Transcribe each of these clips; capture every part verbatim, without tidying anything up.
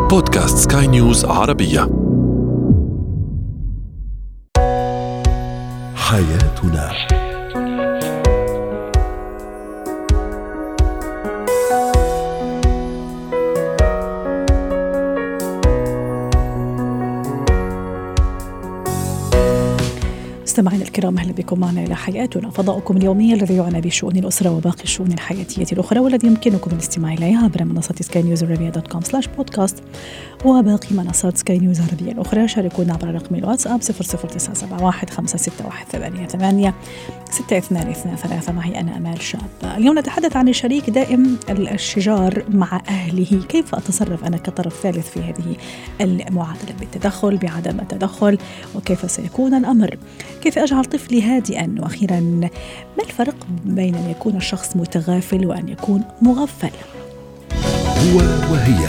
بودكاست سكاي نيوز عربية. حياتنا. مستمعينا الكرام، اهلا بكم معنا الى حياتنا، فضاؤكم اليومي الذي يعنى بشؤون الاسره وباقي الشؤون الحياتيه الاخرى، والذي يمكنكم الاستماع اليها عبر منصه سكاي نيوز عربيه دوت كوم سلاش بودكاست وباقي منصات سكاي نيوز عربيه الاخرى. شاركونا عبر رقم الواتساب صفر صفر تسعة سبعة واحد خمسة ستة واحد ثمانية ثمانية ستة اثنان اثنان ثلاثة. معي انا امال شاب. اليوم نتحدث عن الشريك دائم الشجار مع اهله. كيف اتصرف انا كطرف ثالث في هذه المعادله بالتدخل بعدم التدخل، وكيف سيكون الامر؟ كيف أجعل طفلي هادئا؟ وأخيرا، ما الفرق بين أن يكون الشخص متغافل وأن يكون مغفل؟ هو وهي.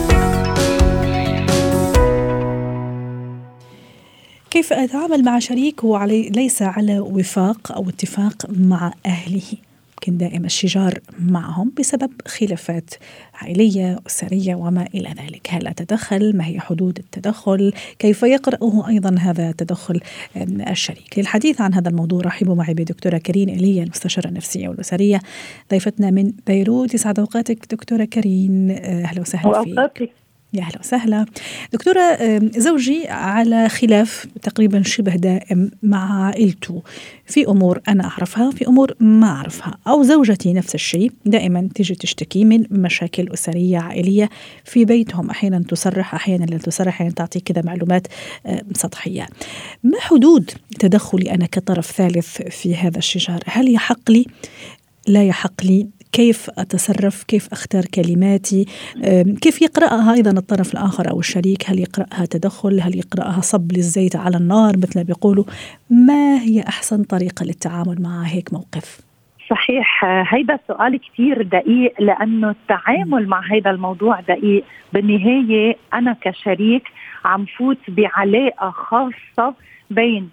كيف أتعامل مع شريك هو علي ليس على وفاق أو اتفاق مع أهله؟ يمكن دائما الشجار معهم بسبب خلافات عائلية أسرية وما إلى ذلك. هل أتدخل؟ ما هي حدود التدخل؟ كيف يقرأه أيضا هذا التدخل الشريك؟ للحديث عن هذا الموضوع رحبوا معي بدكتورة كرين إيليا، المستشارة النفسية والأسرية، ضيفتنا من بيروت. يسعد أوقاتك دكتورة كرين، أهلا وسهلا فيك. يا أهلا وسهلا دكتورة. زوجي على خلاف تقريبا شبه دائم مع عائلته في أمور أنا أعرفها، في أمور ما أعرفها، أو زوجتي نفس الشيء، دائما تيجي تشتكي من مشاكل أسرية عائلية في بيتهم، أحيانا تصرح أحيانا لا تصرح، أحيانا تعطي كذا معلومات سطحية. ما حدود تدخلي أنا كطرف ثالث في هذا الشجار؟ هل يحق لي؟ لا يحق لي؟ كيف أتصرف؟ كيف أختار كلماتي؟ كيف يقرأها أيضا الطرف الآخر أو الشريك؟ هل يقرأها تدخل؟ هل يقرأها صب للزيت على النار مثل ما بيقولوا؟ ما هي أحسن طريقة للتعامل مع هيك موقف؟ صحيح، هيدا سؤال كتير دقيق، لأنه التعامل مع هيدا الموضوع دقيق. بالنهاية أنا كشريك عم فوت بعلاقة خاصة بين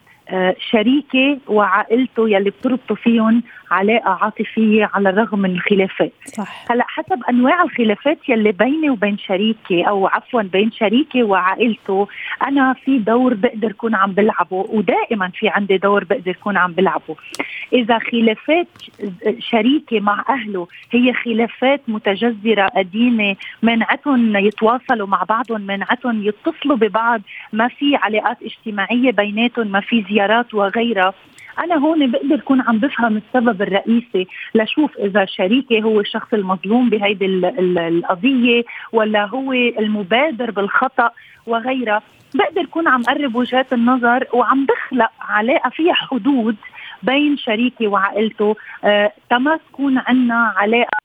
شريكي وعائلته يلي بتربطوا فيهم علاقة عاطفية على الرغم من الخلافات. صح. هلأ حسب أنواع الخلافات يلي بيني وبين شريكي، أو عفوا بين شريكي وعائلته، أنا في دور بقدر كون عم بلعبه، ودائما في عندي دور بقدر كون عم بلعبه. إذا خلافات شريكي مع أهله هي خلافات متجذرة قديمة، منعتهم يتواصلوا مع بعضهم، منعتهم يتصلوا ببعض، ما في علاقات اجتماعية بيناتهم، ما في زيارات وغيرها، أنا هون بقدر كون عم بفهم السبب الرئيسي لشوف إذا شريكي هو الشخص المظلوم بهيدي القضية ولا هو المبادر بالخطأ وغيرها. بقدر كون عم قرب وجهات النظر وعم بخلق علاقة فيها حدود بين شريكي وعائلته، آه، تما تكون عنا علاقة.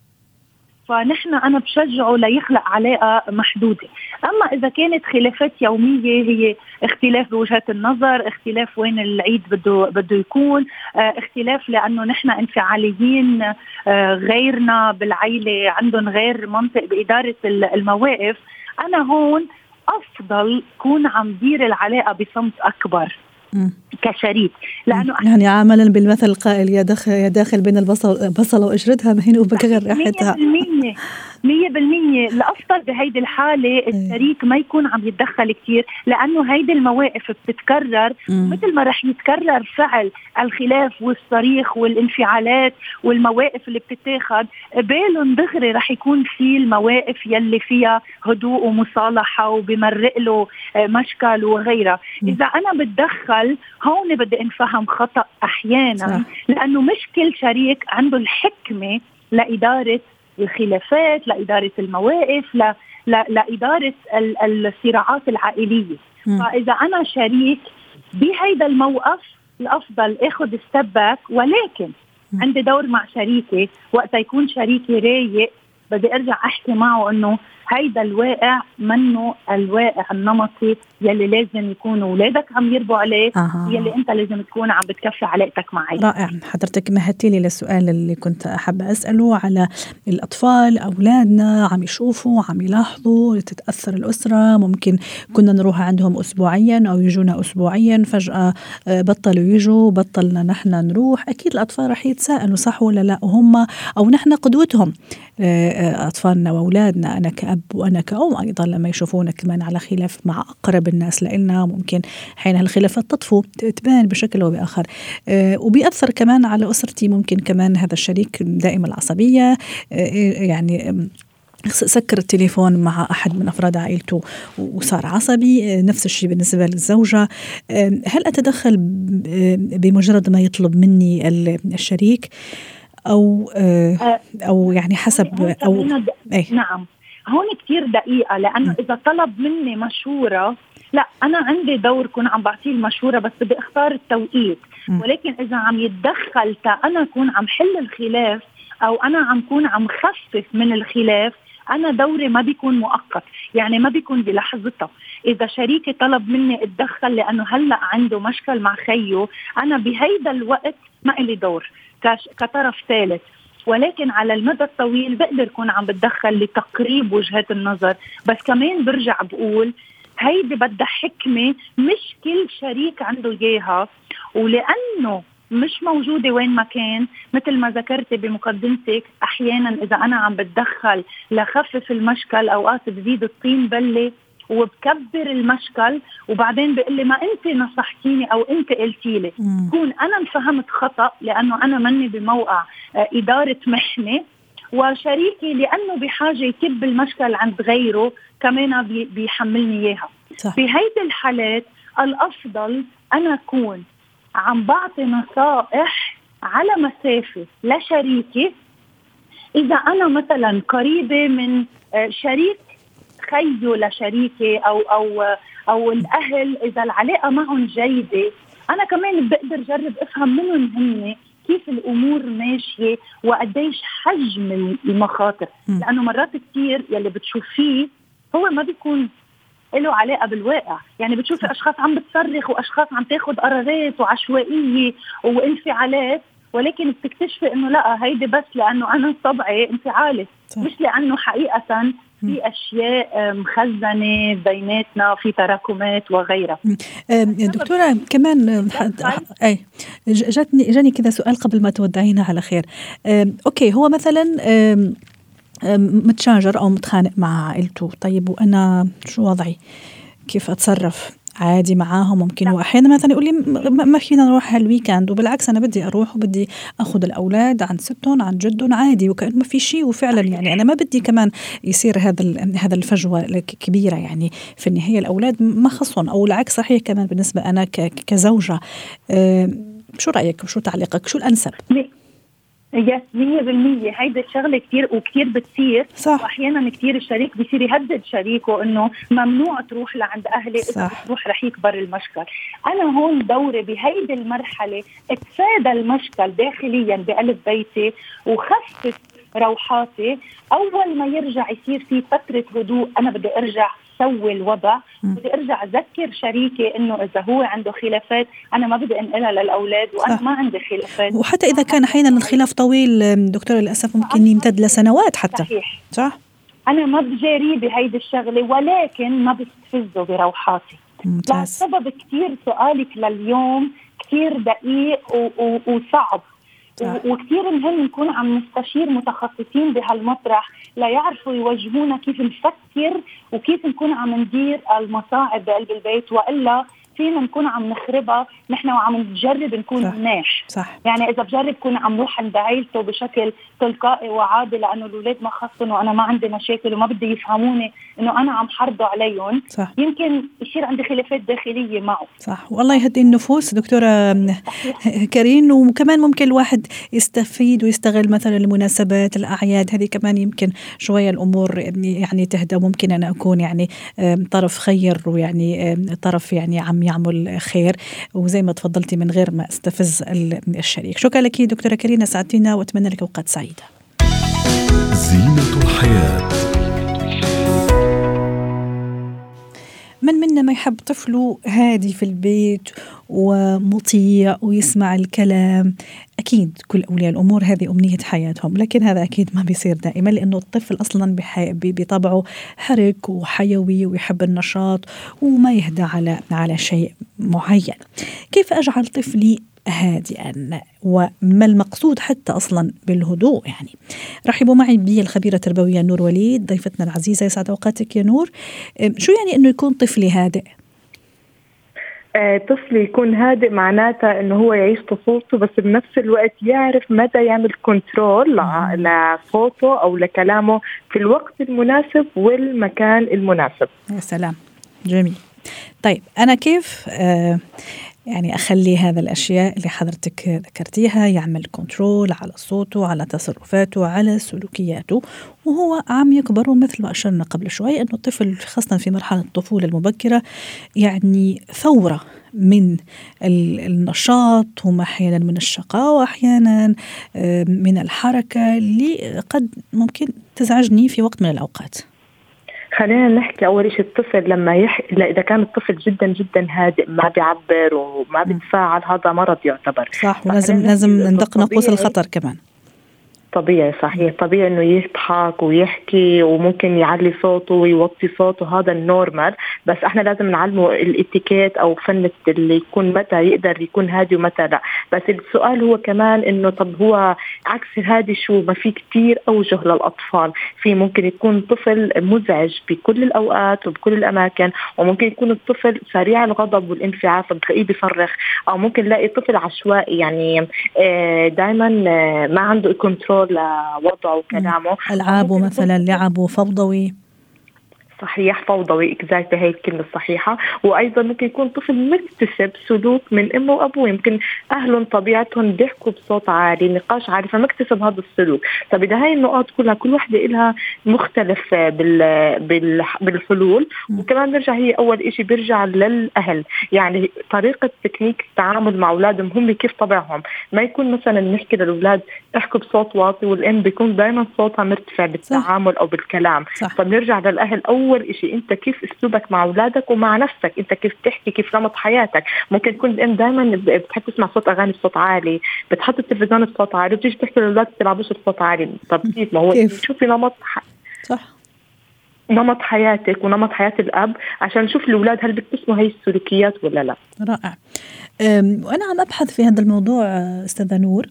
فنحن أنا بشجعه ليخلق علاقة محدودة. أما إذا كانت خلافات يومية، هي اختلاف بوجهات النظر، اختلاف وين العيد بده بده يكون، اه اختلاف لأنه نحن انفعاليين، اه غيرنا بالعيلة عندهم غير منطق بإدارة المواقف، أنا هون أفضل كون عم دير العلاقة بصمت أكبر كشريك، لأنه يعني عملا بالمثل القائل يا داخل يا داخل بين البصل بصله وقشرتها ما هي وبكغر ريحتها. مية بالمية الأفضل بهيدي الحالة الشريك ما يكون عم يتدخل كتير، لأنه هيدي المواقف بتتكرر مثل ما رح يتكرر فعل الخلاف والصريخ والانفعالات والمواقف اللي بتتاخد قبالهم دغري. رح يكون في المواقف يلي فيها هدوء ومصالحة وبمرق له مشكل وغيرها. إذا أنا بتدخل هون بدي انفهم خطأ أحيانا، لأنه مش كل شريك عنده الحكمة لإدارة الخلافات، لإدارة المواقف، لا لا لإدارة الصراعات العائلية. م. فإذا أنا شريك بهيدا الموقف الأفضل أخذ ستيب، ولكن م. عندي دور مع شريكي. وقت يكون شريكي رايق بدي أرجع أحكي معه أنه هيدا الواقع منه الواقع النمطي يلي لازم يكونوا أولادك عم يربوا عليه، آه. يلي أنت لازم تكون عم بتكفي علاقتك معي. رائع. حضرتك مهدتي لي للسؤال اللي كنت أحب أسأله على الأطفال. أولادنا عم يشوفوا، عم يلاحظوا، تتأثر الأسرة، ممكن كنا نروح عندهم أسبوعيا أو يجونا أسبوعيا، فجأة بطلوا يجوا، بطلنا نحن نروح. أكيد الأطفال رح يتساءلوا صح ولا لا، وهم أو نحن قدوتهم. أطفالنا وأولادنا، أنا كأب وأنا كأم أيضا لما يشوفونا كمان على خلاف مع أقرب الناس لإلنا ممكن حين الخلافات تطفو تبان بشكل أو بآخر، وبيأثر كمان على أسرتي. ممكن كمان هذا الشريك دائما العصبية، يعني سكر التليفون مع أحد من أفراد عائلته وصار عصبي. نفس الشيء بالنسبة للزوجة. هل أتدخل بمجرد ما يطلب مني الشريك أو أو يعني حسب أو أي. نعم، هون كتير دقيقة، لأنه إذا طلب مني مشورة، لا أنا عندي دور كون عم بعطيه المشورة بس بدي اختار التوقيت. ولكن إذا عم يتدخل تا أنا كون عم حل الخلاف أو أنا عم كون عم خفف من الخلاف، أنا دوري ما بيكون مؤقت، يعني ما بيكون بلحظتها. إذا شريكي طلب مني اتدخل لأنه هلأ عنده مشكل مع خيه، أنا بهيدا الوقت ما إلي دور كطرف ثالث. ولكن على المدى الطويل بقدر كون عم بتدخل لتقريب وجهات النظر. بس كمان برجع بقول هيدي بدها حكمة، مش كل شريك عنده إياها، ولأنه مش موجودة وين ما كان. مثل ما ذكرتي بمقدمتك، أحيانا إذا أنا عم بتدخل لخفف المشكل أوقات بزيد الطين بلة وبكبر المشكل، وبعدين بقول لي ما أنت نصحتيني أو أنت قلتيلي. كون أنا انفهمت خطأ لأنه أنا مني بموقع إدارة محنة، وشريكي لأنه بحاجة يكب المشكل عند غيره كمان بيحملني إياها. في هيدي الحالات الأفضل أنا أكون عم بعطي نصائح على مسافة لشريكي. إذا أنا مثلا قريبة من شريك خيه لشريكي أو أو أو الأهل، إذا العلاقة معهم جيدة، أنا كمان بقدر جرب أفهم منهم هن كيف الأمور ماشية وقديش حجم المخاطر. لأنه مرات كتير يلي بتشوفيه هو ما بيكون له علاقة بالواقع. يعني بتشوفي أشخاص عم بتصرخ وأشخاص عم تاخد قرارات وعشوائية وانفعالات، ولكن بتكتشفي إنه لا، هيدي بس لأنه أنا طبعي انفعالي، مش لأنه حقيقة في أشياء مخزنة بيناتنا، في تراكمات وغيرها. دكتورة كمان أي جاتني جاني كذا سؤال قبل ما تودعينا على خير. أوكي، هو مثلا متشاجر أو متخانق مع عائلته، طيب وأنا شو وضعي؟ كيف أتصرف؟ عادي معاهم ممكن؟ وأحيانا مثلا يقول لي ما فينا نروح هالويكند، وبالعكس أنا بدي أروح وبدي أخذ الأولاد عن ستهم عن جدهم عادي وكأنه ما في شيء. وفعلا يعني أنا ما بدي كمان يصير هذا هذا الفجوة كبيرة، يعني في النهاية الأولاد ما خصهم، أو العكس صحيح كمان بالنسبة أنا كزوجة. أه شو رأيك وشو تعليقك؟ شو الأنسب؟ يس مية بالمية. هيدا الشغلة كتير وكتير بتصير، وأحيانا كتير الشريك بيصير يهدد شريكه إنه ممنوع تروح لعند أهلي، إذا تروح رح يكبر المشكل. أنا هون دوري بهيدي المرحلة اتفادى المشكل داخليا بقلب بيتي وخفف روحاتي. أول ما يرجع يصير في فترة هدوء، أنا بدي أرجع سوي الوضع، بدي ارجع اذكر شريكي انه اذا هو عنده خلافات انا ما بدي انقلها للاولاد، وانا صح. ما عندي خلافات. وحتى اذا كان احيانا الخلاف طويل دكتور للاسف ممكن يمتد لسنوات حتى. صحيح. صح. انا ما بجاري بهيدي الشغله، ولكن ما بستفزه بروحاتي. لسبب كتير سؤالك لليوم كتير دقيق و- و- وصعب، وكثير مهم نكون عم نستشير متخصصين بهالمطرح ليعرفوا يوجهونا كيف نفكر وكيف نكون عم ندير المصاعب بقلب البيت، وإلا فينا نكون عم نخربها نحن وعم نجرب نكون مناح. صح. يعني إذا بجرب كون عم روح عند عائلته بشكل تلقائي وعادي لأنه الأولاد ما خصن وأنا ما عندي مشاكل وما بدي يفهموني إنه أنا عم حرضه عليهم، صح. يمكن يصير عندي خلافات داخلية معه. صح. والله يهدي النفوس دكتورة كريم. وكمان ممكن الواحد يستفيد ويستغل مثلا المناسبات الأعياد هذه، كمان يمكن شوية الأمور يعني تهدى. ممكن أنا أكون يعني طرف خير ويعني طرف يعني عم يعمل خير، وزي ما تفضلتي من غير ما استفز الشريك. شكرا لك دكتورة كريم، ساعتنا وأتمنى لك أوقات سعيدة. زينة الحياة. من منا ما يحب طفله هادي في البيت ومطيع ويسمع الكلام؟ أكيد كل أولياء الأمور هذه أمنية حياتهم، لكن هذا أكيد ما بيصير دائما، لأنه الطفل أصلا بطبعه حرك وحيوي ويحب النشاط وما يهدى على على شيء معين. كيف أجعل طفلي هادئا، وما المقصود حتى أصلا بالهدوء. يعني رحبوا معي بالخبيرة التربوية نور وليد ضيفتنا العزيزة، يسعد أوقاتك يا نور. شو يعني أنه يكون طفلي هادئ؟ آه، طفل يكون هادئ معناته انه هو يعيش طفولته، بس بنفس الوقت يعرف متى يعمل كنترول لصوته او لكلامه في الوقت المناسب والمكان المناسب. يا سلام، جميل. طيب أنا كيف آه يعني أخلي هذا الأشياء اللي حضرتك ذكرتيها يعمل كنترول على صوته، على تصرفاته، على سلوكياته وهو عم يكبر؟ ومثل ما أشرنا قبل شوي أنه الطفل خاصة في مرحلة الطفولة المبكرة يعني ثورة من النشاط، هم أحيانا من الشقاوة، أحيانا من الحركة اللي قد ممكن تزعجني في وقت من الأوقات. خلينا نحكي أول شيء، الطفل لما يح... إذا كان الطفل جدا جدا هادئ ما بيعبر وما بيتفاعل، هذا مرض يعتبر. صح، ولازم لازم ندق نقص الخطر كمان. طبيعي، صحيح، طبيعي انه يضحك ويحكي وممكن يعلي صوته ويوطي صوته، هذا النورمال. بس احنا لازم نعلمه الاتيكيت او فن اللي يكون متى يقدر يكون هادي ومتى لا. بس السؤال هو كمان انه طب هو عكس الهادي شو؟ ما في كتير اوجه للاطفال. في ممكن يكون طفل مزعج بكل الاوقات وبكل الاماكن، وممكن يكون الطفل سريع الغضب والانفعال فبتلاقيه بيصرخ، او ممكن نلاقي طفل عشوائي يعني دائما ما عنده كنترول لوضعه وكلامه. ألعابه مثلا لعبه فوضوي. صحيح، فوضوي، اكزاكتلي هي الكلمة الصحيحة. وأيضا ممكن يكون طفل مكتسب سلوك من أمه وأبوه، يمكن أهلهم طبيعتهم بيحكوا بصوت عالي، نقاش عالي، فمكتسب هذا السلوك. طب إذا هاي النقاط كلها كل واحدة إلها مختلف بال بالحلول. وكمان برجع هي أول إشي بيرجع للأهل، يعني طريقة تكنيك التعامل مع أولادهم هم كيف طبعهم. ما يكون مثلا نحكي للأولاد احكوا بصوت واطي والأم بيكون دائما صوتها مرتفع بالتعامل أو بالكلام. فبنرجع للأهل أول أول إشي، أنت كيف أسلوبك مع أولادك ومع نفسك، أنت كيف تحكي، كيف نمط حياتك. ممكن تكون الأم دائما بتحب تسمع صوت أغاني بصوت عالي، بتحط التلفزيون بصوت عالي، وبتيجي تحكي للأولاد تلعبوش بصوت عالي. طب كيف؟ ما هو شوفي نمط ح... صح نمط حياتك ونمط حياة الأب عشان نشوف الأولاد هل بتسموا هاي السلوكيات ولا لا. رائع. وأنا عم أبحث في هذا الموضوع أستاذة نور،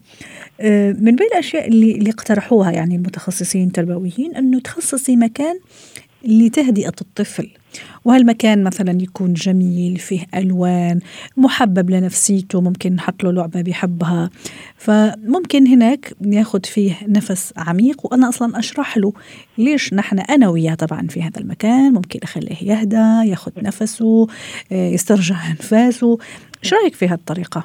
من بين الأشياء اللي اللي اقترحوها يعني المتخصصين التربويين أنه تخصصي مكان لتهدئة الطفل، وهالمكان مثلا يكون جميل، فيه ألوان، محبب لنفسيته، ممكن نحط له لعبة بيحبها، فممكن هناك ياخد فيه نفس عميق. وأنا أصلا أشرح له ليش نحن أنا وياه طبعا في هذا المكان، ممكن أخليه يهدى، ياخد نفسه، يسترجع أنفاسه. شو رأيك في هالطريقة؟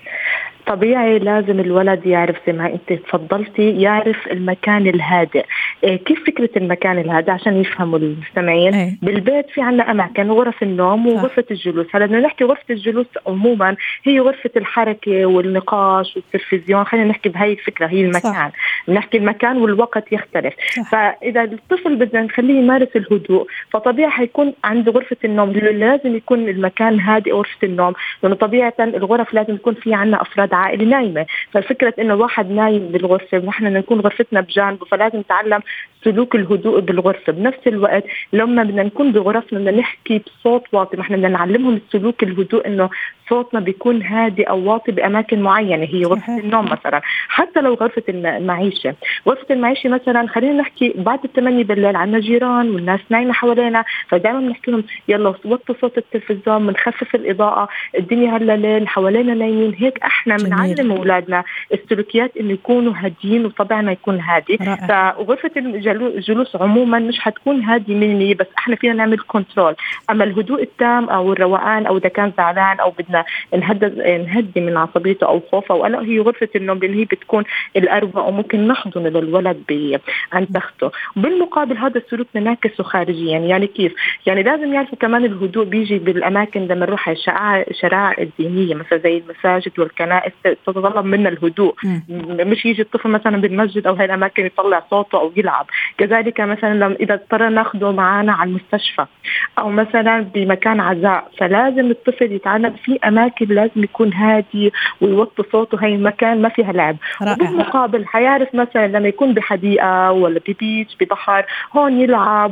طبيعي لازم الولد يعرف زي ما انت تفضلتي، يعرف المكان الهادئ. إيه كيف فكرة المكان الهادئ عشان يفهموا المستمعين؟ أي. بالبيت في عنا أماكن، غرف النوم وغرفة الجلوس. هلا بدنا نحكي غرفة الجلوس عموما هي غرفة الحركة والنقاش والتلفزيون، خلينا نحكي بهاي الفكرة هي المكان. نحكي المكان والوقت يختلف. صح. فإذا الطفل بدنا نخليه يمارس الهدوء، فطبيعي حيكون عنده غرفة النوم، لازم يكون المكان هادئ غرفة النوم، لأنه طبيعة الغرف لازم يكون في عنا أفراد عائلة نايمة. فالفكرة إنه واحد نايم بالغرفة ونحن نكون غرفتنا بجانبه، فلازم نتعلم سلوك الهدوء بالغرفة. بنفس الوقت لما بدنا نكون بغرفنا بدنا نحكي بصوت واطي، ما احنا بدنا نعلمهم السلوك الهدوء إنه صوتنا بيكون هادي أو واطي بأماكن معينة، هي غرفة النوم مثلا. حتى لو غرفة المعيشة، غرفة المعيشة مثلا خلينا نحكي بعد الثمانية بالليل عنا جيران والناس نايمة حوالينا، فدائما بنحكي لهم يلا وطوا صوت التلفزيون، بنخفف الإضاءة، الدنيا هلا ليل حوالينا نايمين. هيك احنا بنعلم أولادنا السلوكيات إنه يكونوا هادين وطبعنا يكون هادي. فغرفة الجلوس عموما مش حتكون هادي مني، بس احنا فينا نعمل كنترول. أما الهدوء التام أو الروقان أو إذا كان زعلان أو بدنا نهدي نهدي من عصبيته أو خوفه أو قلقه، هي غرفة النوم لأن هي بتكون الأروق، وممكن نحضن للولد عن تخته. بالمقابل هذا السلوك ننعكسه خارجيا. يعني كيف؟ يعني لازم يعرفوا كمان الهدوء بيجي بالأماكن لما نروح الشعائر الدينية مثلا زي المساجد والكنائس، تتطلب منا الهدوء. مش يجي الطفل مثلا بالمسجد أو هاي الأماكن يطلع صوته أو يلعب. كذلك مثلا لما إذا اضطر ناخده معنا على المستشفى أو مثلا بمكان عزاء، فلازم الطفل يتعلم في أماكن لازم يكون هادي ويوطي صوته، هاي المكان ما فيها لعب. وبالمقابل حيعرف مثلا لما يكون بحديقة ولا ببيتش ببحر، هون يلعب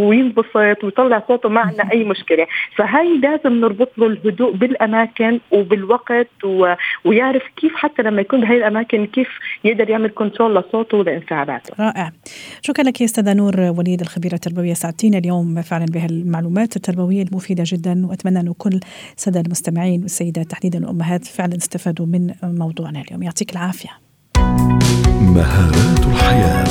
وينبسط ويطلع صوته ما عندنا أي مشكلة. فهاي لازم نربط له الهدوء بالأماكن وبالوقت و... ويعرف يعرف كيف حتى لما يكون بهاي الأماكن كيف يقدر يعمل كنترول لصوته ولانفعالاته. رائع. شكرا لك يا أستاذة نور وليد الخبيرة التربوية، ساعدتينا اليوم فعلا بهالمعلومات التربوية المفيدة جدا، وأتمنى أن كل سادة المستمعين والسيدات تحديدا الأمهات فعلا استفادوا من موضوعنا اليوم. يعطيك العافية. مهارات الحياة.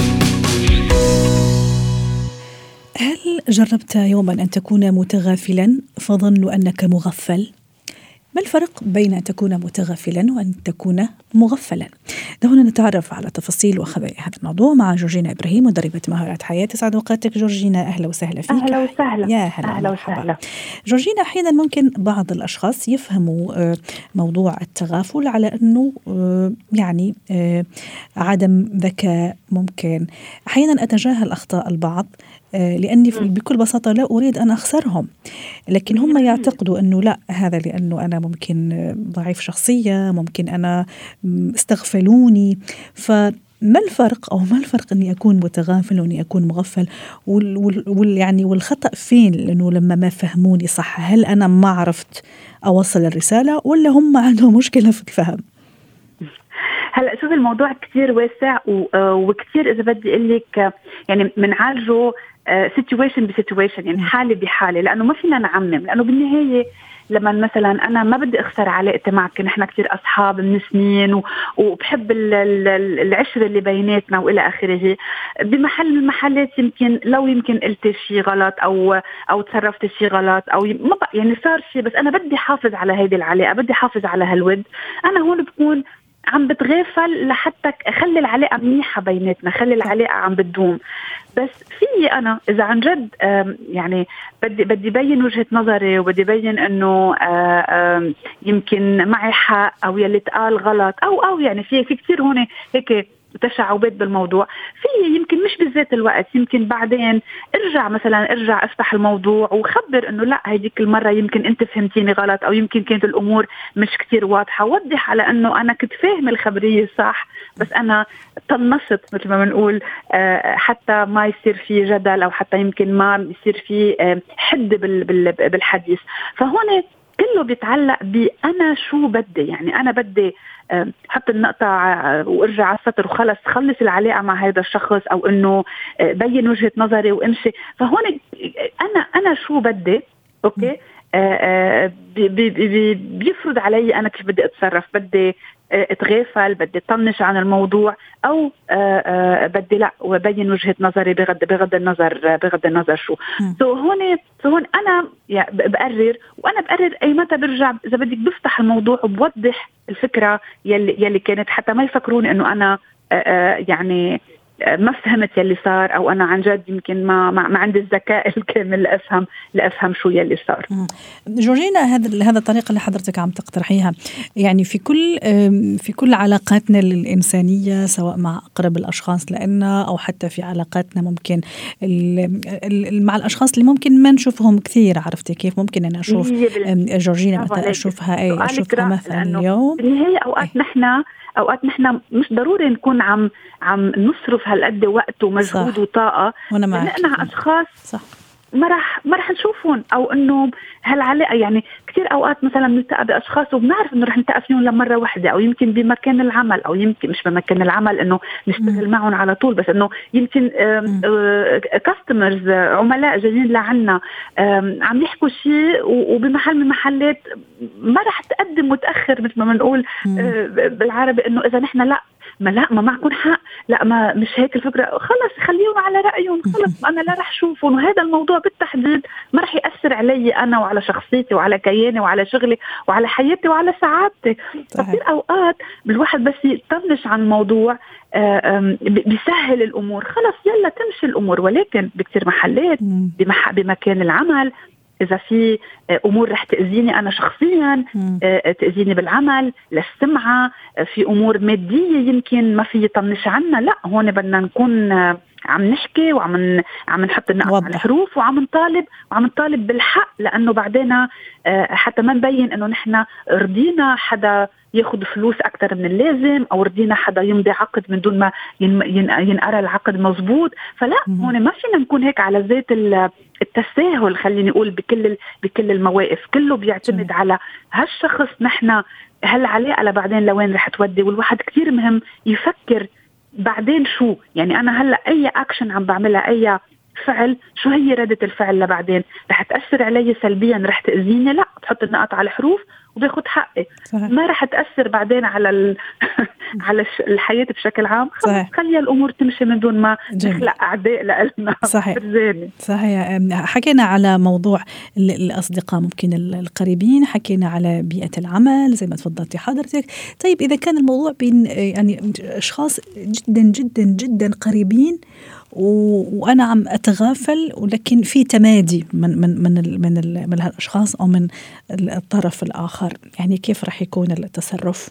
هل جربت يوما أن تكون متغافلا فظنوا أنك مغفل؟ ما الفرق بين أن تكون متغافلا وأن تكون مغفلا؟ دعونا نتعرف على تفاصيل وخبايا هذا الموضوع مع جورجينا إبراهيم مدربة مهارات حياة. تسعد أوقاتك جورجينا، أهلا وسهلا فيك. أهلا وسهلا. يا هلا أهلا وسهلا. جورجينا، أحيانا ممكن بعض الأشخاص يفهموا موضوع التغافل على أنه يعني عدم ذكاء، ممكن أحيانا أتجاهل أخطاء البعض لأني بكل بساطة لا أريد أن أخسرهم، لكن هم يعتقدوا أنه لا، هذا لأنه أنا ممكن ضعيف شخصية، ممكن أنا استغفلوني. فما الفرق أو ما الفرق أني أكون متغافل وأني أكون مغفل؟ وال, وال, وال يعني والخطأ فين؟ لأنه لما ما فهموني صح، هل أنا ما عرفت أوصل الرسالة ولا هم عندهم مشكلة في الفهم؟ هلا شوف، الموضوع كتير واسع وكتير إذا بدي أقول لك يعني منعالجه situation بسيتويشن، يعني حالة بحالة، لأنه ما فينا نعمم. لأنه بالنهاية لما مثلا أنا ما بدي أخسر علاقتي معك، نحن كتير أصحاب من سنين وبحب العشرة اللي بيناتنا وإلى آخره، بمحل من المحلات يمكن لو يمكن قلت شيء غلط أو أو تصرفت شيء غلط أو ما يعني صار شيء، بس أنا بدي حافظ على هيدي العلاقة، بدي حافظ على هالود. أنا هون بكون عم بتغافل لحتى أخلي العلاقة منيحة بيناتنا، خلي العلاقة عم بتدوم. بس في أنا إذا عن جد يعني بدي بدي بين وجهة نظري وبدي بين إنه يمكن معي حق أو يلي تقال غلط أو أو يعني في في كتير هون هيك تشعبات بالموضوع، في يمكن مش بذات الوقت، يمكن بعدين ارجع مثلا ارجع افتح الموضوع وخبر انه لا، هيديك المرة يمكن انت فهمتيني غلط او يمكن كانت الامور مش كتير واضحة. وضح على انه انا كنت فاهم الخبرية صح، بس انا طنشت مثل ما بنقول حتى ما يصير في جدل او حتى يمكن ما يصير في حد بالحديث. فهون كله بيتعلق بأنا شو بدي، يعني أنا بدي حط النقطة وارجع على السطر وخلص خلص العلاقة مع هذا الشخص، أو إنه بين وجهة نظري وامشي. فهون أنا أنا شو بدي، أوكي، بي بي بي بيفرض علي أنا كيف بدي أتصرف. بدي اتغافل، بدي اطنش عن الموضوع، او آآ آآ بدي لا وبين وجهة نظري بغض بغض النظر بغض النظر شو. سو هون هون انا يعني بقرر، وانا بقرر اي متى برجع اذا بدك بفتح الموضوع وبوضح الفكرة يلي يلي كانت، حتى ما يفكروني انه انا يعني ما فهمت يلي صار، او انا عن جد يمكن ما ما عندي الذكاء الكامل لافهم لافهم شو يلي صار. جورجينا، هذا هذا الطريقه اللي حضرتك عم تقترحيها يعني في كل في كل علاقاتنا الانسانيه، سواء مع اقرب الاشخاص لنا او حتى في علاقاتنا ممكن مع الاشخاص اللي ممكن ما نشوفهم كثير. عرفتي كيف؟ ممكن انا اشوف جورجينا مثلا اشوفها اي اشوفها مثلا اليوم. بالنهايه اوقات نحن اوقات نحن مش ضروري نكون عم عم نصرف هالقد وقت ومجهود وطاقه لنقنع اشخاص صح. ما راح ما راح نشوفهم، او انه هالعلاقه يعني كثير اوقات مثلا بنلتقى باشخاص وبنعرف انه رح نلتقى فيهم لمره واحده، او يمكن بمكان العمل، او يمكن مش بمكان العمل انه نشتغل م. معهم على طول، بس انه يمكن كاستمرز عملاء جايين لعنا عم يحكوا شيء وبمحل من المحلات ما راح تقدم متاخر مثل ما بنقول بالعربي، انه اذا نحن لا ما لا ما معكم حق، لا ما مش هيك الفكرة، خلص خليهم على رأيهم، خلص أنا لا رح شوفهم. وهذا الموضوع بالتحديد ما رح يأثر علي أنا وعلى شخصيتي وعلى كياني وعلى شغلي وعلى حياتي وعلى سعادتي. كثير أوقات بالواحد بس يطنش عن الموضوع بيسهل الأمور، خلص يلا تمشي الأمور. ولكن بكثير محلات بمكان العمل إذا في أمور رح تأذيني أنا شخصيا، تأذيني بالعمل، للسمعة، في أمور مادية يمكن ما في يطنش عنا، لا هون بدنا نكون عم نحكي وعم عم نحط النقط على الحروف وعم نطالب وعم نطالب بالحق، لأنه بعدين حتى ما نبين إنه نحن رضينا حدا ياخد فلوس أكتر من اللازم أو رضينا حدا يمضي عقد من دون ما ينقرأ العقد مزبوط. فلا هون ما فينا نكون هيك على ذات التساهل، خليني أقول بكل بكل المواقف. كله بيعتمد جميل. على هالشخص نحن هالعلاقة لبعدين لوين رح تودي، والواحد كتير مهم يفكر بعدين شو يعني أنا هلأ أي أكشن عم بعملها، أي فعل، شو هي ردة الفعل لبعدين؟ رح تأثر علي سلبيا، رح تأذيني؟ لا، بحط النقط على الحروف وباخد حقي. صحيح. ما رح تأثر بعدين على ال... على الحياة بشكل عام. خلي الأمور تمشي من دون ما نخلق أعداء لنا. صحيح. صحيح. حكينا على موضوع الأصدقاء ممكن القريبين، حكينا على بيئة العمل زي ما تفضلتي حضرتك. طيب إذا كان الموضوع بين يعني أشخاص جدا جدا جدا قريبين وأنا عم أتغافل، ولكن في تمادي من من من ال من ال من هالأشخاص أو من الطرف الآخر، يعني كيف رح يكون التصرف؟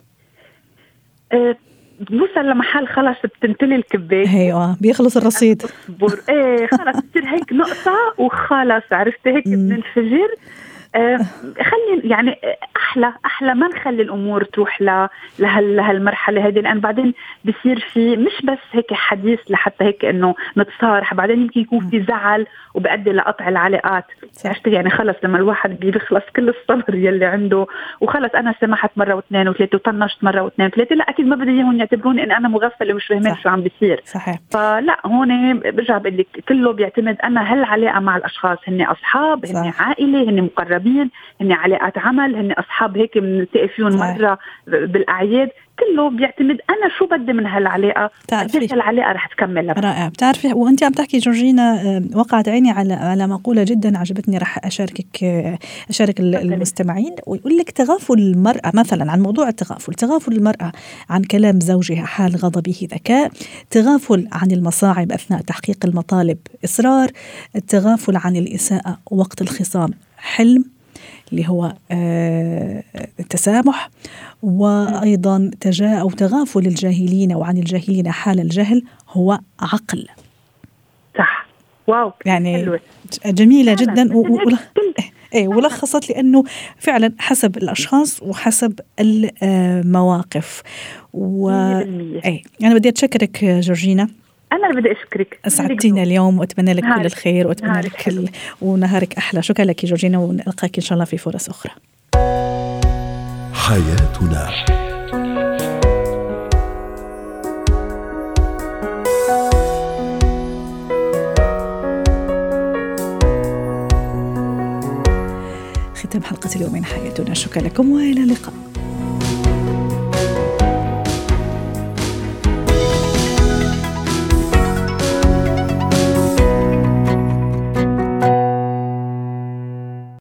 أه بوصل لمحل خلاص بتنتلي الكباية، ايوه بيخلص الرصيد. ايه خلاص بتصير هيك نقطة وخلاص عرفت هيك بننفجر. آه خلي يعني أحلى أحلى ما نخلي الأمور تروح لهالمرحلة هذه، لأن بعدين بيصير في مش بس هيك حديث لحتى هيك إنه نتصارح، بعدين يمكن يكون في زعل وبأدي لقطع العلاقات. عشت يعني خلص لما الواحد بيخلص كل الصبر يلي عنده وخلص أنا سمحت مرة واثنين وثلاثة وطنشت مرة واثنين وثلاثة، لا أكيد ما بدي إياهم يعتبروني إن أنا مغفلة ومش فاهمين شو عم بيصير. صحيح. فلا هون برجع بقول لك كله بيعتمد أنا هالعلاقة مع الأشخاص، هن أصحاب، هن عائلة، هن مقربين، هن علاقات عمل، هن أصحاب هيك بنلتقي فيهم مرة بالأعياد. كله بيعتمد أنا شو بدي من هالعلاقة، قديش العلاقة رح تكمل. رائع. بتعرفي وأنت عم تحكي جورجينا وقعت عيني على على مقولة جدا عجبتني، رح أشاركك أشارك المستمعين. ويقول لك تغافل المرأة مثلا عن موضوع التغافل، تغافل المرأة عن كلام زوجها حال غضبه ذكاء، تغافل عن المصاعب أثناء تحقيق المطالب إصرار، التغافل عن الإساءة وقت الخصام حلم اللي هو آه التسامح، وأيضا تجا أو تغافل الجاهلين وعن الجاهلين حال الجهل هو عقل. صح. واو يعني حلوة. جميلة جدا و... و... ايه ولخصت لأنه فعلا حسب الأشخاص وحسب المواقف و... ايه أنا بدي أتشكرك جورجينا. أنا اللي بدي أشكرك، أسعدتينا اليوم وأتمنى لك كل الخير وأتمنى لك كل ونهارك أحلى. شكرا لك جورجينا ونلقاك إن شاء الله في فرص أخرى. حياتنا. ختام حلقة اليوم من حياتنا، شكرا لكم وإلى اللقاء.